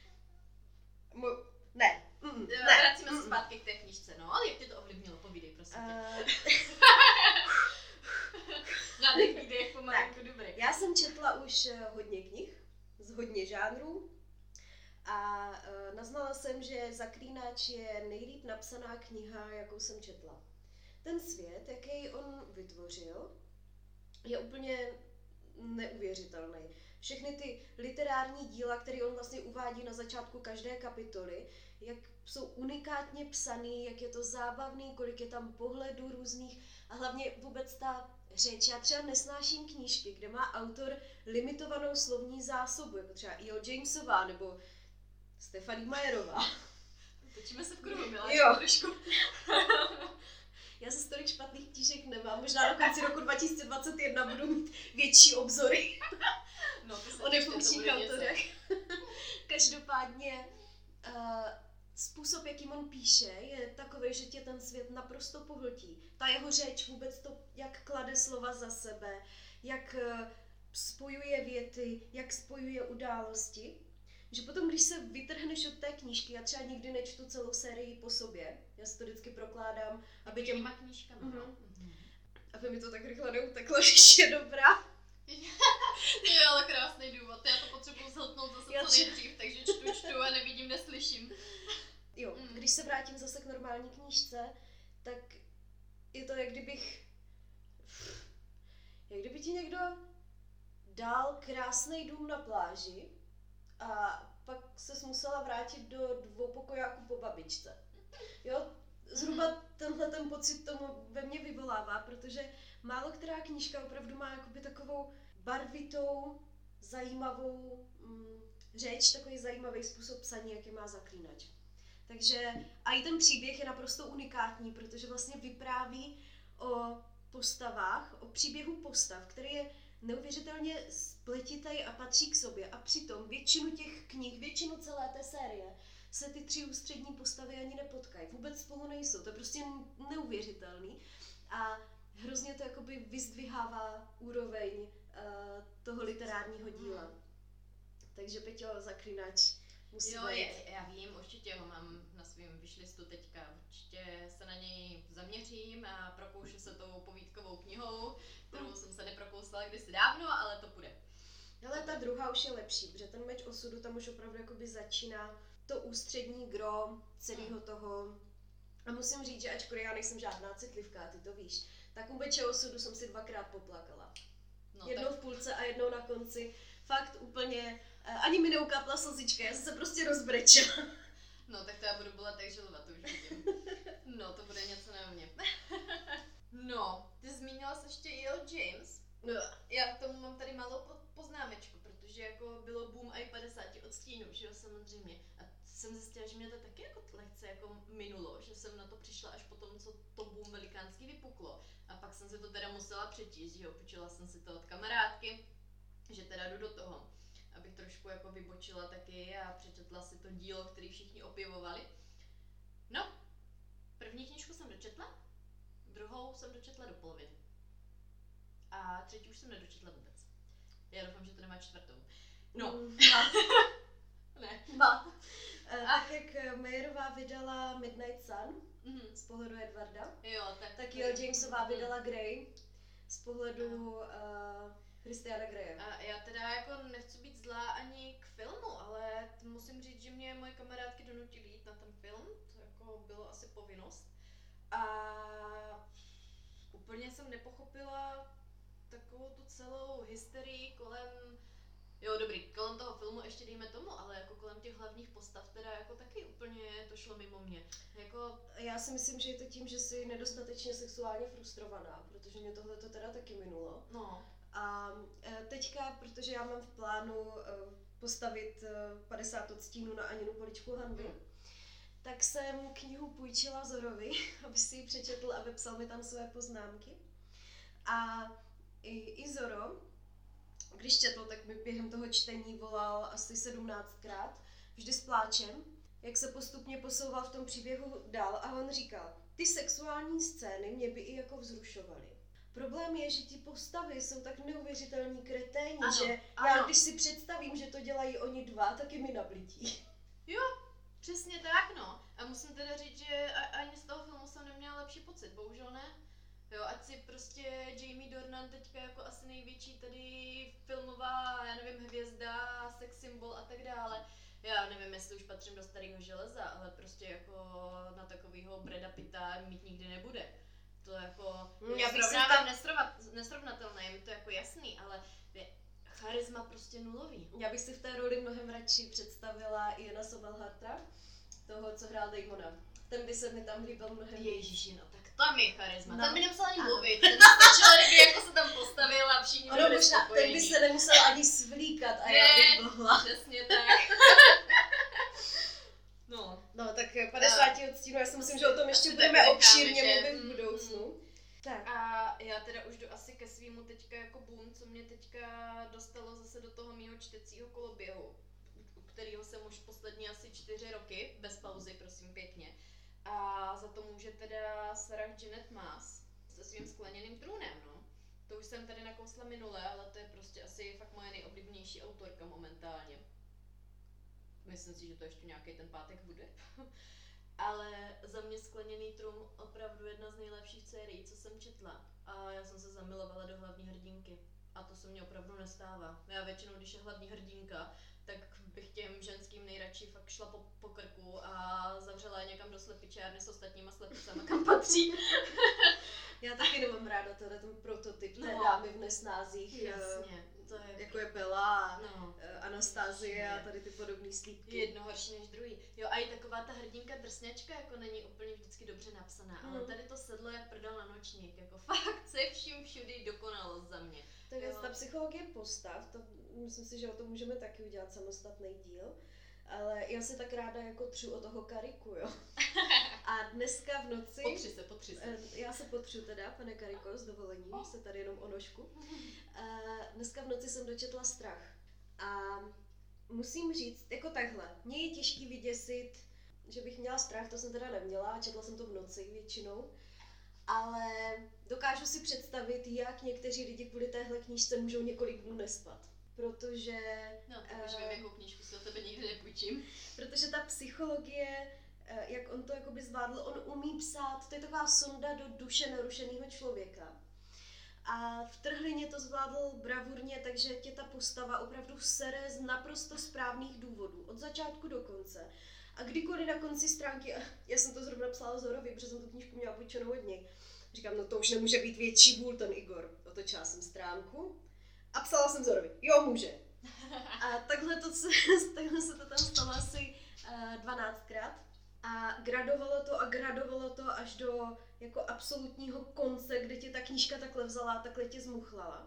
mo- ne. Mm, ne. ne. Vracíme mm, se zpátky k té knížce, no, ale jak tě to ovlivnilo, povídej, prosím tě. Uh... Nádech výdech, pomalinku, dobrý. Já jsem četla už hodně knih, z hodně žánrů a uh, naznala jsem, že Zaklínač je nejlíp napsaná kniha, jakou jsem četla. Ten svět, jaký on vytvořil, je úplně neuvěřitelný. Všechny ty literární díla, které on vlastně uvádí na začátku každé kapitoly, jak jsou unikátně psaný, jak je to zábavný, kolik je tam pohledů různých a hlavně vůbec ta řeč. Já třeba nesnáším knížky, kde má autor limitovanou slovní zásobu, jako třeba E L Jamesová nebo Stephanie Meyerová. Točíme se v kruhu, milá, jo. trošku. Já se tolik špatných knížek nemám, možná do konce roku dva tisíce dvacet jedna budu mít větší obzory no, to o nefunkčních autorech. Každopádně uh, způsob, jakým on píše, je takový, že tě ten svět naprosto pohltí. Ta jeho řeč, vůbec to, jak klade slova za sebe, jak uh, spojuje věty, jak spojuje události, že potom, když se vytrhneš od té knížky, já třeba nikdy nečtu celou sérii po sobě, já si to vždycky prokládám, aby těm... Těma knížkama, mm-hmm. mm-hmm. aby mi to tak rychle neuteklo, když je dobrá. To je ale krásný důvod, já to potřebuji zhltnout zase já co nejdřív, takže čtu, čtu a nevidím, neslyším. Jo, mm. Když se vrátím zase k normální knížce, tak je to, jak kdybych... Jak kdyby ti někdo dal krásný dům na pláži a pak ses musela vrátit do dvoupokojáku po babičce. Jo, zhruba tenhle ten pocit tomu ve mně vyvolává, protože málo která knížka opravdu má jakoby takovou barvitou, zajímavou mm, řeč, takový zajímavý způsob psaní, jaký má Zaklínač. Takže a i ten příběh je naprosto unikátní, protože vlastně vypráví o postavách, o příběhu postav, který je neuvěřitelně spletitý a patří k sobě. A přitom většinu těch knih, většinu celé té série se ty tři ústřední postavy ani nepotkají. Vůbec spolu nejsou. To je prostě neuvěřitelný. A hrozně to jakoby vyzdvihává úroveň uh, toho literárního díla. Mm. Takže Peťo, Zaklínač musí Jo, být. je, já vím, určitě ho mám na svém wishlistu teďka. Určitě se na něj zaměřím a prokoušu se tou povídkovou knihou, kterou mm. jsem se neprokousla kdysi dávno, ale to půjde. Ale ta druhá už je lepší, protože ten Meč osudu tam už opravdu jakoby začíná to ústřední gro celého mm. toho. A musím říct, že ačkoliv já nejsem žádná citlivka, ty to víš, tak u Meče osudu jsem si dvakrát poplakala. No, jednou tak v půlce a jednou na konci. Fakt úplně, ani mi neukápla slzička, já jsem se prostě rozbrečela. No tak to já budu bolet jak želva, to už vidím. No to bude něco na mě. No, ty zmínila jsi ještě E L James. No. Já k tomu mám tady malou poznámečku, protože jako bylo boom i padesát odstínů, že jo, samozřejmě. A jsem zjistila, že mě to taky jako lehce jako minulo, že jsem na to přišla až po tom, co to boom velikánský vypuklo. A pak jsem se to teda musela přečíst, že jo, počula jsem si to od kamarádky, že teda jdu do toho, abych trošku jako vybočila taky a přečetla si to dílo, který všichni opěvovali. No, první knížku jsem dočetla, druhou jsem dočetla do poloviny. A třetí už jsem nedočetla vůbec. Já doufám, že to nemá čtvrtou. No. Mm, ne. Má. Uh, tak jak Mayerová vydala Midnight Sun Mm-hmm. z pohledu Edwarda, Jo, tak, tak E L Jamesová vydala Grey z pohledu uh, Christiana Greye. A já teda jako nechci být zlá ani k filmu, ale musím říct, že mě moje kamarádky donutily jít na ten film, to jako bylo asi povinnost. A úplně jsem nepochopila takovou tu celou hysterii kolem, jo dobrý, kolem toho filmu ještě dejme tomu, ale jako kolem těch hlavních postav teda jako taky úplně to šlo mimo mě. Jako... Já si myslím, že je to tím, že jsi nedostatečně sexuálně frustrovaná, protože mě tohle to teda taky minulo. No. A teďka, protože já mám v plánu postavit padesát odstínů na Aninu poličku hanby, hmm. tak jsem knihu půjčila Zorovi, aby si ji přečetl a vepsal mi tam své poznámky. A i, i Zoro, když četl, tak mi během toho čtení volal asi sedmnáctkrát, vždy s pláčem, jak se postupně posouval v tom příběhu dál a on říkal, ty sexuální scény mě by i jako vzrušovaly. Problém je, že ti postavy jsou tak neuvěřitelní kreténi, ano, že ano. Já když si představím, že to dělají oni dva, tak je mi nablití. Jo, přesně tak no. A musím teda říct, že ani z toho filmu jsem neměla lepší pocit, bohužel ne. Jo, ať si prostě Jamie Dornan teďka jako asi největší tady filmová, já nevím, hvězda, sex symbol a tak dále. Já nevím, jestli už patřím do starého železa, ale prostě jako na takovýho Brada Pitta mít nikdy nebude. To jako, já srovnávám ta... nesrovat, nesrovnatelné, je mi to jako jasný, ale je charisma prostě nulový. Já bych si v té roli mnohem radši představila Iana Somerhaltera, toho, co hrál Damona. Ten by se mi tam líbil mnohem. Ježiši, no tak tam je charisma, no. Ten by nemusel ani ano. mluvit, ten stačilo, kdyby jako se tam postavil a všichni byli možná, spokojení. Ten by se nemusel ani svlíkat a ne, já bych mohla. Přesně tak. No. No tak padesát odstínů, já si myslím, že o tom ještě budeme obšírně mluvit v budoucnu. Mm. Tak. A já teda už jdu asi ke svýmu teďka jako boom, co mě teďka dostalo zase do toho mýho čtecího koloběhu, u kterého jsem už poslední asi čtyři roky, bez pauzy, prosím pěkně. A za to může teda Sarah Janet Maas se svým Skleněným trůnem, no. To už jsem tady nakousla minule, ale to je prostě asi fakt moje nejoblíbenější autorka momentálně. Myslím si, že to ještě nějaký ten pátek bude. Ale za mě Skleněný trůn opravdu jedna z nejlepších sérií, co jsem četla. A já jsem se zamilovala do hlavní hrdinky. A to se mně opravdu nestává. Já většinou, když je hlavní hrdinka, tak bych těm ženským nejradši fakt šla po, po krku a zavřela je někam do slepičárny s ostatníma slepicama, kam patří. Já taky nemám ráda teda ten prototyp té no, dámy v nesnázích. Jasně. To je jako je Bella, no, Anastasie a tady ty podobný slípky. Jedno horší než druhý. Jo, a i taková ta hrdinka drsňačka jako není úplně vždycky dobře napsaná, hmm. ale tady to sedlo jak prdel na nočník, jako fakt se vším všudy dokonalost za mě. Tak je ta psychologie postav, to myslím si, že o tom můžeme taky udělat samostatný díl. Ale já se tak ráda jako třu o toho Kariku, jo. A dneska v noci... Potři se, potři se. Já se potřu teda, pane Kariko, s dovolením, se tady jenom o nožku. Dneska v noci jsem dočetla Strach. A musím říct, jako takhle, mně je těžký vyděsit, že bych měla strach, to jsem teda neměla, četla jsem to v noci většinou. Ale dokážu si představit, jak někteří lidi kvůli téhle knížce můžou několik dnů nespat. Protože... No, to už uh, vím, jakou knížku si o tebe nikdy nepůjčím. Protože ta psychologie, jak on to jakoby zvládl, on umí psát, to je taková sonda do duše narušeného člověka. A v Trhlině to zvládl bravurně, takže tě ta postava opravdu sere z naprosto správných důvodů, od začátku do konce. A kdykoliv na konci stránky, já jsem to zrovna psala Zorovi, protože jsem tu knížku měla půjčenou od něj, říkám, no to už nemůže být větší bůl ten Igor. Otočila jsem stránku a psala jsem Zorovi, jo, může. A takhle, to se, takhle se to tam stalo asi dvanáctkrát. A gradovalo to a gradovalo to až do jako absolutního konce, kde tě ta knížka takhle vzala a takhle tě zmuchlala.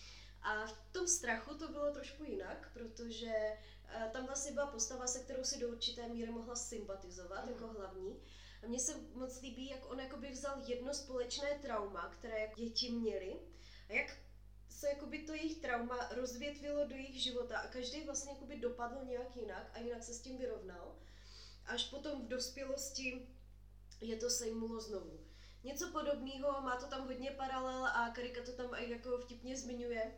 A v tom Strachu to bylo trošku jinak, protože tam vlastně byla postava, se kterou si do určité míry mohla sympatizovat mm. jako hlavní. A mně se moc líbí, jak on jakoby vzal jedno společné trauma, které děti měly, a jak se jakoby to jejich trauma rozvětvilo do jejich života a každý vlastně jakoby dopadl nějak jinak a jinak se s tím vyrovnal. Až potom v dospělosti je to sejmulo znovu. Něco podobného, má to tam hodně paralel a Karika to tam i jako vtipně zmiňuje.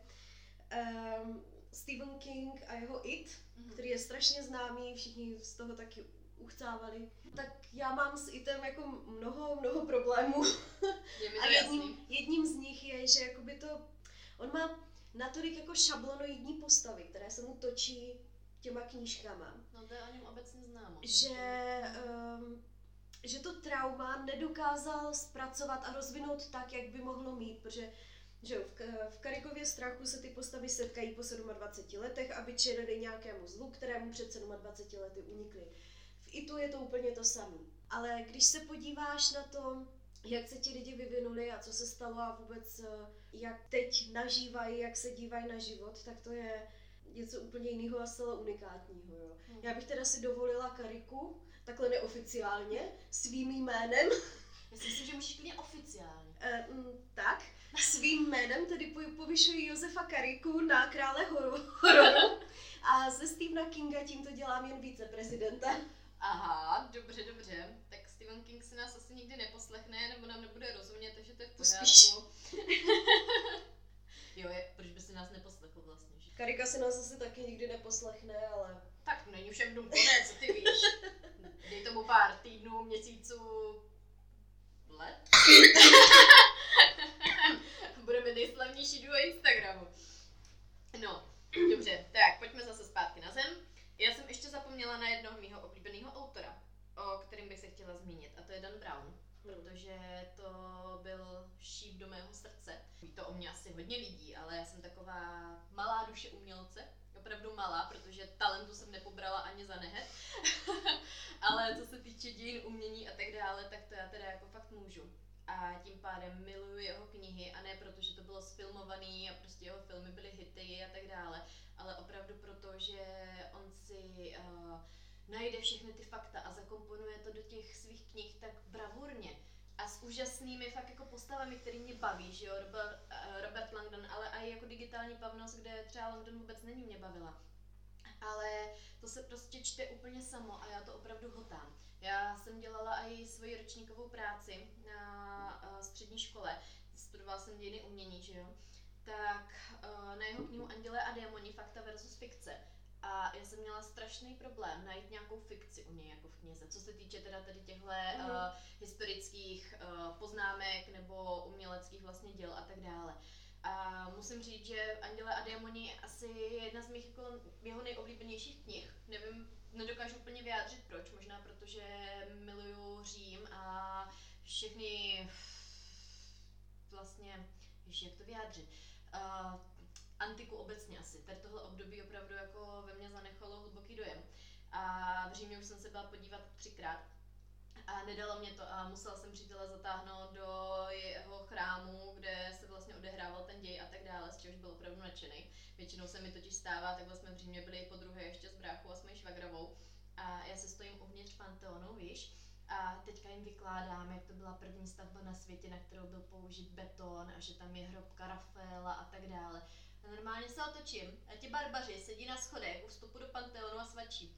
Um, Stephen King a jeho It, mm-hmm. který je strašně známý, všichni z toho taky uchcávali. Tak já mám s Item jako mnoho, mnoho problémů. Je mi to a jedním, jasný. jedním z nich je, že jakoby to, on má natolik jako šablonoidní postavy, které se mu točí těma knížkama. No to je o něm obecně známo. Že, um, že to trauma nedokázal zpracovat a rozvinout tak, jak by mohlo mít, protože že v, v Karikově Strachu se ty postavy setkají po dvaceti sedmi letech, aby čelili nějakému zlu, kterému před dvaceti sedmi lety unikli. V Itu je to úplně to samé. Ale když se podíváš na to, jak se ti lidi vyvinuli a co se stalo a vůbec jak teď nažívají, jak se dívají na život, tak to je něco úplně jiného a zcela unikátního. Jo. Hmm. Já bych teda si dovolila Kariku, takhle neoficiálně, svým jménem. Já si myslím, že můžeš klidně oficiálně. E, m, tak, svým jménem tedy povyšuji Josefa Kariku na krále hororu a ze Stephena Kinga tímto dělám jen viceprezidenta. Aha, dobře, dobře. Tak Stephen King si nás asi nikdy neposlechne, nebo nám nebude rozumět, takže to je v pořádku. Jo, je, proč by si nás neposlechl vlastně? Že? Karika si nás asi taky nikdy neposlechne, ale... Tak není všem dům konec, co ty víš. Dej tomu pár týdnů, měsíců, let. Budeme nejslavnější duo Instagramu. No, dobře, tak pojďme zase zpátky na zem. Já jsem ještě zapomněla na jednoho mýho oblíbeného autora, o kterým bych se chtěla zmínit, a to je Dan Brown. Protože to byl šíp do mého srdce. Ví to o mě asi hodně lidí, ale já jsem taková malá duše umělce. Opravdu malá, protože talentu jsem nepobrala ani za nehet. Ale co se týče dějin umění a tak dále, tak to já teda jako fakt můžu. A tím pádem miluju jeho knihy, a ne proto, že to bylo sfilmovaný a prostě jeho filmy byly hity a tak dále, ale opravdu proto, že on si uh, najde všechny ty fakta a zakomponuje to do těch svých knih tak bravurně a s úžasnými fakt jako postavami, které mě baví, že jo, Robert, uh, Robert Langdon, ale i jako digitální pavnost, kde třeba Langdon vůbec není, mě bavila. Ale to se prostě čte úplně samo a já to opravdu hotám. Já jsem dělala i svoji ročníkovou práci na uh, střední škole, studovala jsem dějiny umění, že jo, tak uh, na jeho knihu Andělé a démoni, fakta versus fikce. A já jsem měla strašný problém najít nějakou fikci u něj jako v knize, co se týče teda tady těchto mm. uh, historických uh, poznámek nebo uměleckých vlastně děl a tak dále. A musím říct, že Anděle a démoni je asi jedna z mých jako jeho nejoblíbenějších knih. Nevím, nedokážu úplně vyjádřit proč, možná protože miluju Řím a všechny vlastně, ještě jak to vyjádřit, uh, antiku obecně asi. Tady tohle období opravdu jako ve mně zanechalo hluboký dojem. A v Římě už jsem se byla podívat třikrát. A nedalo mě to a musela jsem přítele zatáhnout do jeho chrámu, kde se vlastně odehrával ten děj a tak dále, z čehož byl opravdu nadšený. Většinou se mi totiž stává, takhle jsme v Římě byli po druhé ještě s bráchou a s mojí švagravou. a já se stojím uvnitř Panteonu, víš, a teďka jim vykládám, jak to byla první stavba na světě, na kterou byl použit beton a že tam je hrobka Rafaela a tak dále. A normálně se otočím a ti barbaři sedí na schodech u vstupu do Panteonu a svačí.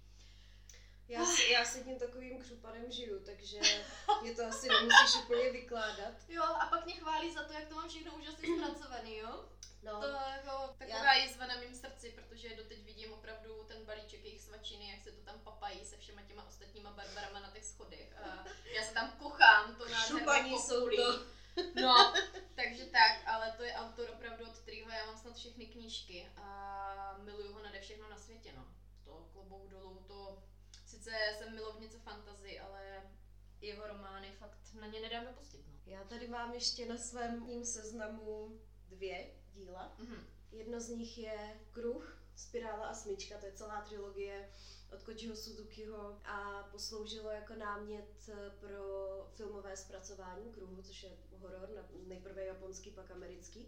Já, si, já se tím takovým křupanem žiju, takže mě to asi nemusíš úplně vykládat. Jo, a pak mě chválí za to, jak to mám všechno úžasně zpracovaný, jo? No, To jako taková já... jizva na mým srdci, protože doteď vidím opravdu ten balíček jejich svačiny, jak se to tam papají se všema těma ostatníma barbarama na těch schodech a já se tam kochám, to nádherné populí. No, takže tak, ale to je autor opravdu, od kterého já mám snad všechny knížky a miluju ho nade všechno na světě, no. To klobouk dolů, to sice jsem milovnice fantasy, ale jeho romány fakt na ně nedám dopustit, no. Já tady mám ještě na svém seznamu dvě díla. Mm-hmm. Jedno z nich je Kruh, Spirála a smyčka, to je celá trilogie od Kojiho Suzukiho a posloužilo jako námět pro filmové zpracování Kruhu, což je horor, nejprve japonský, pak americký.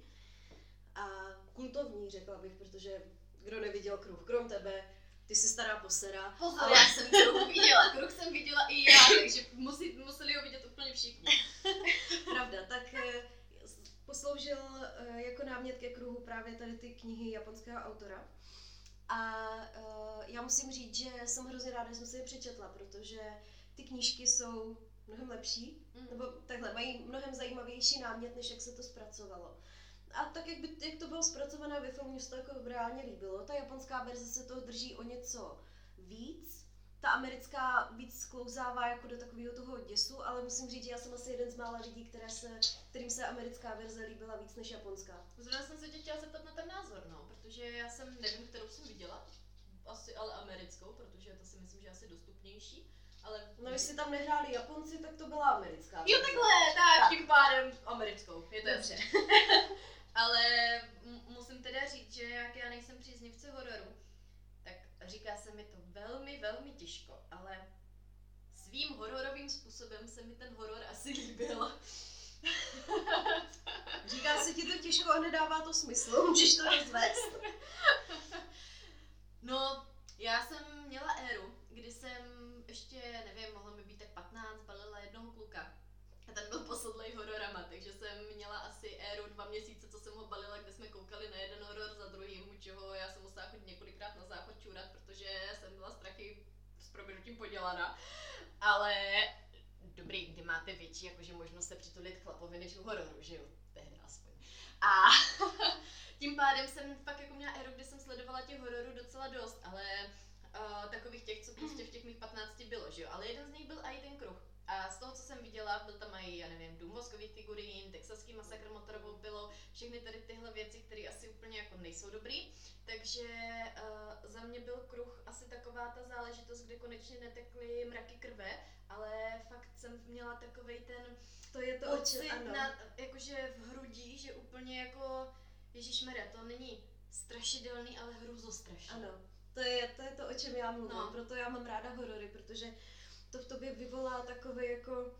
A kultovní, řekla bych, protože kdo neviděl Kruh, krom tebe, ty jsi stará posera. Pozor, ale... já jsem Kruh viděla, Kruh jsem viděla i já, takže musí, museli ho vidět úplně všichni. Pravda, tak posloužil jako námět ke Kruhu právě tady ty knihy japonského autora. A uh, já musím říct, že jsem hrozně ráda, že jsem si je přečetla, protože ty knížky jsou mnohem lepší, mm. nebo takhle, mají mnohem zajímavější námět, než jak se to zpracovalo. A tak, jak, by, jak to bylo zpracované ve filmu, se to jako reálně líbilo. Ta japonská verze se toho drží o něco víc, ta americká víc sklouzává jako do takového toho děsu, ale musím říct, že já jsem asi jeden z mála lidí, které se, kterým se americká verze líbila víc než japonská. Zrovna jsem se tě chtěla zeptat na ten názor, no, protože já jsem, nevím, kterou jsem viděla, asi ale americkou, protože to si myslím, že je asi dostupnější, ale... No, když si tam nehráli Japonci, tak to byla americká verze. Jo, takhle, tak, tak. Tím pádem americkou, je to dobře. Ale m- musím teda říct, že jak já nejsem příznivce hororu, tak říká se mi to velmi, velmi těžko, ale svým hororovým způsobem se mi ten horor asi líbil. Říká se ti to těžko a nedává to smysl, můžeš to rozvést? No, já jsem měla éru, kdy jsem ještě, nevím, mohlo mi být tak patnáct, balila jednoho kluka. A ten byl posedlej hororama, takže jsem měla asi éru dva měsíce, co jsem ho balila, kde jsme koukali na jeden horor za druhým, u čeho já jsem musela chodit několikrát na záchod čůrat, protože jsem byla strachy s proměnutím podělaná. Ale dobrý, kdy máte větší jakože možnost se přitulit chlapovi než u hororu, že jo? Tehdy aspoň. A tím pádem jsem fakt jako měla éru, kdy jsem sledovala těch hororů docela dost, ale uh, takových těch, co prostě v těch mých patnácti bylo, že jo? Ale jeden z nich byl i ten Kruh. A z toho, co jsem viděla, byl tam i, já nevím, dům voskových figurín, texaský masakr motorovou pilou, všechny tady tyhle věci, které asi úplně jako nejsou dobrý. Takže uh, za mě byl Kruh asi taková ta záležitost, kde konečně netekly mraky krve, ale fakt jsem měla takovej ten to je to pocit, na, jakože v hrudi, že úplně jako, ježišmarja, to není strašidelný, ale hruzostrašný. Ano, to je, to je to, o čem já mluvím, no. Proto já mám ráda horory, protože to v tobě vyvolá takový jako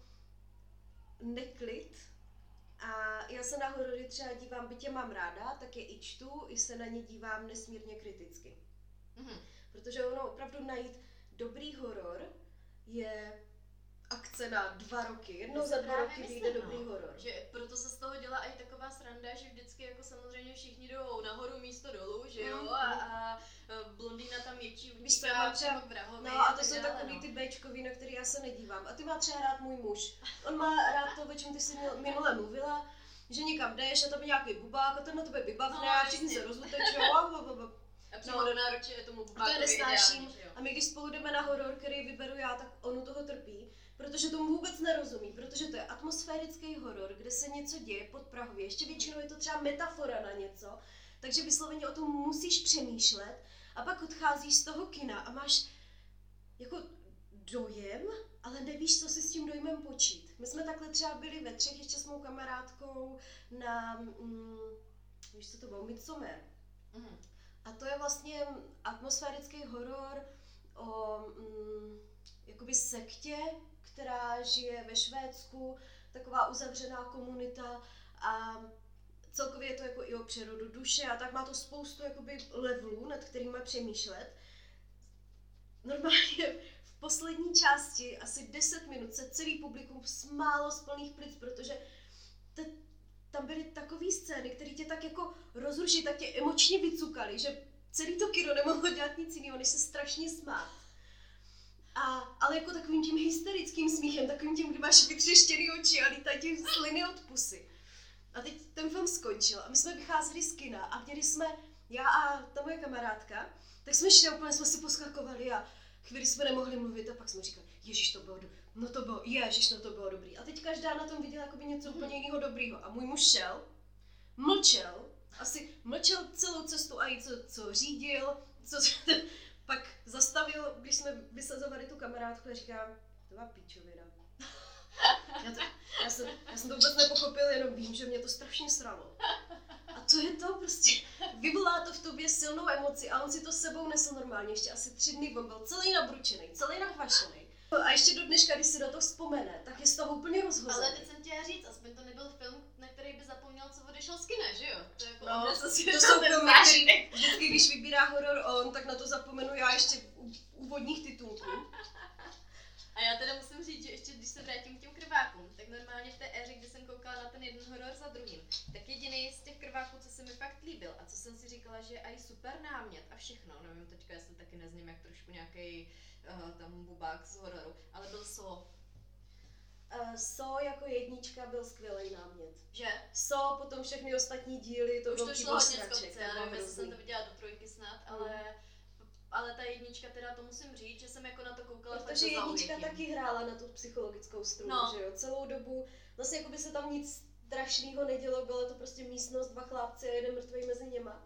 neklid a já se na horory třeba dívám, byť je mám ráda, tak je i čtu, i se na ně dívám nesmírně kriticky. Mm-hmm. Protože ono opravdu najít dobrý horor je akce na dva roky. Jednou za dva roky vyjde no, dobrý horor. Že proto se z toho dělá i taková sranda, že vždycky jako samozřejmě všichni jdou nahoru místo dolů, že jo, mm, a, a blondýna tam ječí utíká přímo k vrahovi. No a to jsou takový no. ty béčkový, na který já se nedívám. A ty má třeba rád můj muž. On má rád to, o čem ty jsi minule mluvila, že někam jdeš a tam je nějaký bubák a ten na tebe vybavne no, a všichni se rozutečou a A přímo no. do náruče je tomu bubákovi to je nesnáším. A my když spolu jdeme na horor, který vyberu já, tak on u toho trpí. Protože tomu vůbec nerozumí, protože to je atmosférický horor, kde se něco děje podprahově. Ještě většinou je to třeba metafora na něco, takže vysloveně o tom musíš přemýšlet a pak odcházíš z toho kina a máš jako dojem, ale nevíš, co si s tím dojmem počít. My jsme takhle třeba byli ve třech ještě s mou kamarádkou na, mm, víš co to bylo, Midsommar. Mm. A to je vlastně atmosférický horor o mm, jakoby sektě, která žije ve Švédsku, taková uzavřená komunita a celkově je to jako i o přírodu duše a tak má to spoustu jakoby levelů, nad kterými přemýšlet. Normálně v poslední části asi deset minut se celý publikum smálo z plných plic, protože te, tam byly takové scény, které tě tak jako rozruší, tak tě emočně vycukaly, že celý to kino nemohlo dělat nic jiného, než se strašně smát. A, ale jako takovým tím hysterickým smíchem, takovým tím, kdy máš vytřeštěný oči a lítají ti sliny od pusy. A teď ten film skončil a my jsme vycházeli z kina a měli jsme, já a ta moje kamarádka, tak jsme šli a úplně jsme si poskakovali a chvíli jsme nemohli mluvit a pak jsme říkali, ježiš, to bylo, do... no to bylo, ježiš, no to bylo dobrý. A teď každá na tom viděla jakoby něco úplně jiného dobrýho. A můj muž šel, mlčel, asi mlčel celou cestu a i co, co řídil, co pak zastavil, když jsme vysazovali tu kamarádku a říkám, to byla píčovina. Já, to, já, jsem, já jsem to vůbec nepochopil, jenom vím, že mě to strašně sralo. A to je to prostě, vyvolá to v tobě silnou emoci a on si to s sebou nesl normálně, ještě asi tři dny, on byl celý nabručený, celý nachvašený. A ještě do dneška, když si do toho vzpomene, tak je z toho úplně rozhozený. Ale teď jsem chtěla říct, aspoň to nebyl film, na který by zapomněl, co odešel z kina, že jo? To, jako no, to jsou filmy, který vždycky, když vybírá horor on, tak na to zapomenu já ještě u úvodních titulků. A já teda musím říct, že ještě když se vrátím k těm krvákům, tak normálně v té éře, kdy jsem koukala na ten jeden horor za druhým, tak jediný z těch krváků, co se mi fakt líbil a co jsem si říkala, že je aj super námět a všechno, nevím, teďka já se taky nezním jak trošku nějaký uh, tam bubák z hororu, ale byl Saw. Uh, Saw jako jednička byl skvělý námět. Že? Saw, potom všechny ostatní díly, to, to byl kýbl sraček. Já nevím, jestli jsem to viděla do trojky snad, ale... Mm. Ale ta jednička teda, to musím říct, že jsem jako na to koukala. Protože jednička taky hrála na tu psychologickou strunu, no. Že jo, celou dobu, vlastně jako by se tam nic strašného nedělo, bylo to prostě místnost, dva chlápci a jeden mrtvej mezi něma.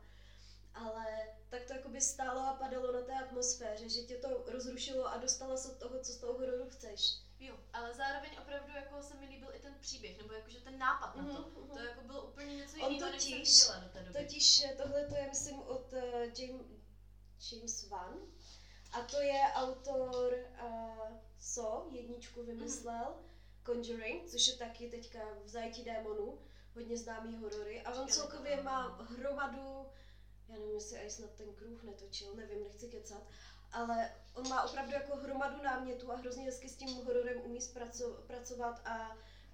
Ale tak to jako by stálo a padalo na té atmosféře, že tě to rozrušilo a dostala se od toho, co z toho hororu chceš. Jo, ale zároveň opravdu jako se mi líbil i ten příběh, nebo jakože ten nápad na to. Mm-hmm. To jako bylo úplně něco jiného, než jsem viděla do té doby. Totiž tohle to je, myslím, od uh, James... James Wan a to je autor uh, Saw, jedničku vymyslel, mm. Conjuring, což je taky teďka v zajetí démonů, hodně známý horory a on celkově má hromadu, já nevím, jestli aj snad ten kruh netočil, nevím, nechci kecat, ale on má opravdu jako hromadu námětů a hrozně hezky s tím hororem umí zpraco- pracovat a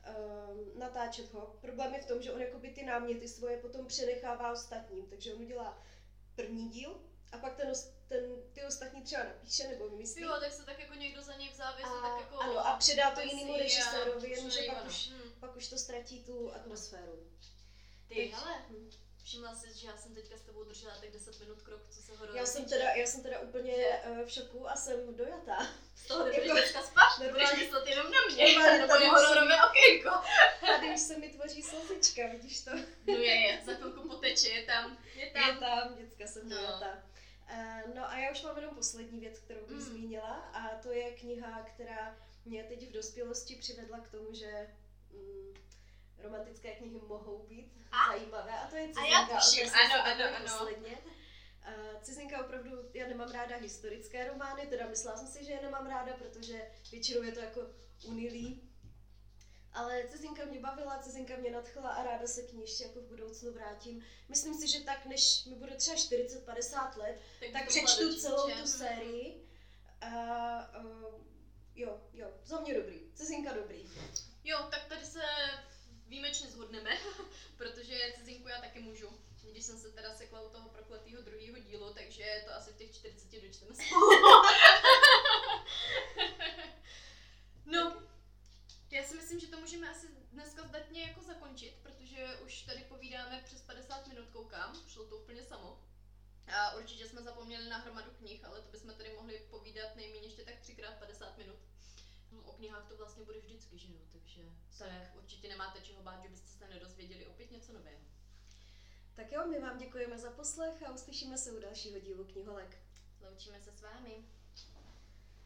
um, natáčet ho. Problém je v tom, že on jakoby ty náměty svoje potom přenechává ostatním, takže on udělá první díl, a pak ten, ten, ty ostatní třeba napíše nebo vymyslí. Jo, tak se tak jako někdo za něj v závěsu a, tak jako... Ano, a předá to jinému režisérovi, jenomže pak, ano. už, hmm. pak už to ztratí tu atmosféru. Ty, Teď, hele, hm. všimla jsi, že já jsem teďka s tebou držela tak deset minut krok, co se horor. Já jsem teda, já jsem teda úplně uh, v šoku a jsem dojatá. Z toho nebudeš dneska spát, budeš myslet jenom na mě, nebo na hororové okénko. Tady už se mi tvoří slzička, vidíš to? No je, je, za chvilku poteče, je tam, je tam. Je tam, děcka jsem no. dojatá. Uh, no a já už mám jenom poslední věc, kterou bych mm. zmínila a to je kniha, která mě teď v dospělosti přivedla k tomu, že mm, romantické knihy mohou být a? zajímavé a to je Cizinka. A já tuším, ano, ano, ano. Posledně. Uh, Cizinka opravdu, já nemám ráda historické romány, teda myslela jsem si, že je nemám ráda, protože většinou je to jako unilý. Ale Cizinka mě bavila, Cizinka mě nadchla a ráda se k ní ještě jako v budoucnu vrátím. Myslím si, že tak, než mi bude třeba čtyřicet padesát let, tak, tak přečtu celou tu sérii. A, uh, jo, jo, za mě dobrý. Cizinka dobrý. Jo, tak tady se výjimečně shodneme, protože Cizinku já taky můžu. Když jsem se teda sekla u toho prokletého druhého dílu, takže to asi v těch čtyřiceti dočteme spolu. No. Já si myslím, že to můžeme asi dneska zdatně jako zakončit, protože už tady povídáme přes padesát minut, koukám, šlo to úplně samo. A určitě jsme zapomněli na hromadu knih, ale to bychom tady mohli povídat nejméně ještě tak třikrát padesát minut. No, o knihách to vlastně bude vždycky, že jo, takže se určitě nemáte čeho bát, že byste se nedozvěděli opět něco nového. Tak jo, my vám děkujeme za poslech a uslyšíme se u dalšího dílu Kniholek. Loučíme se s vámi.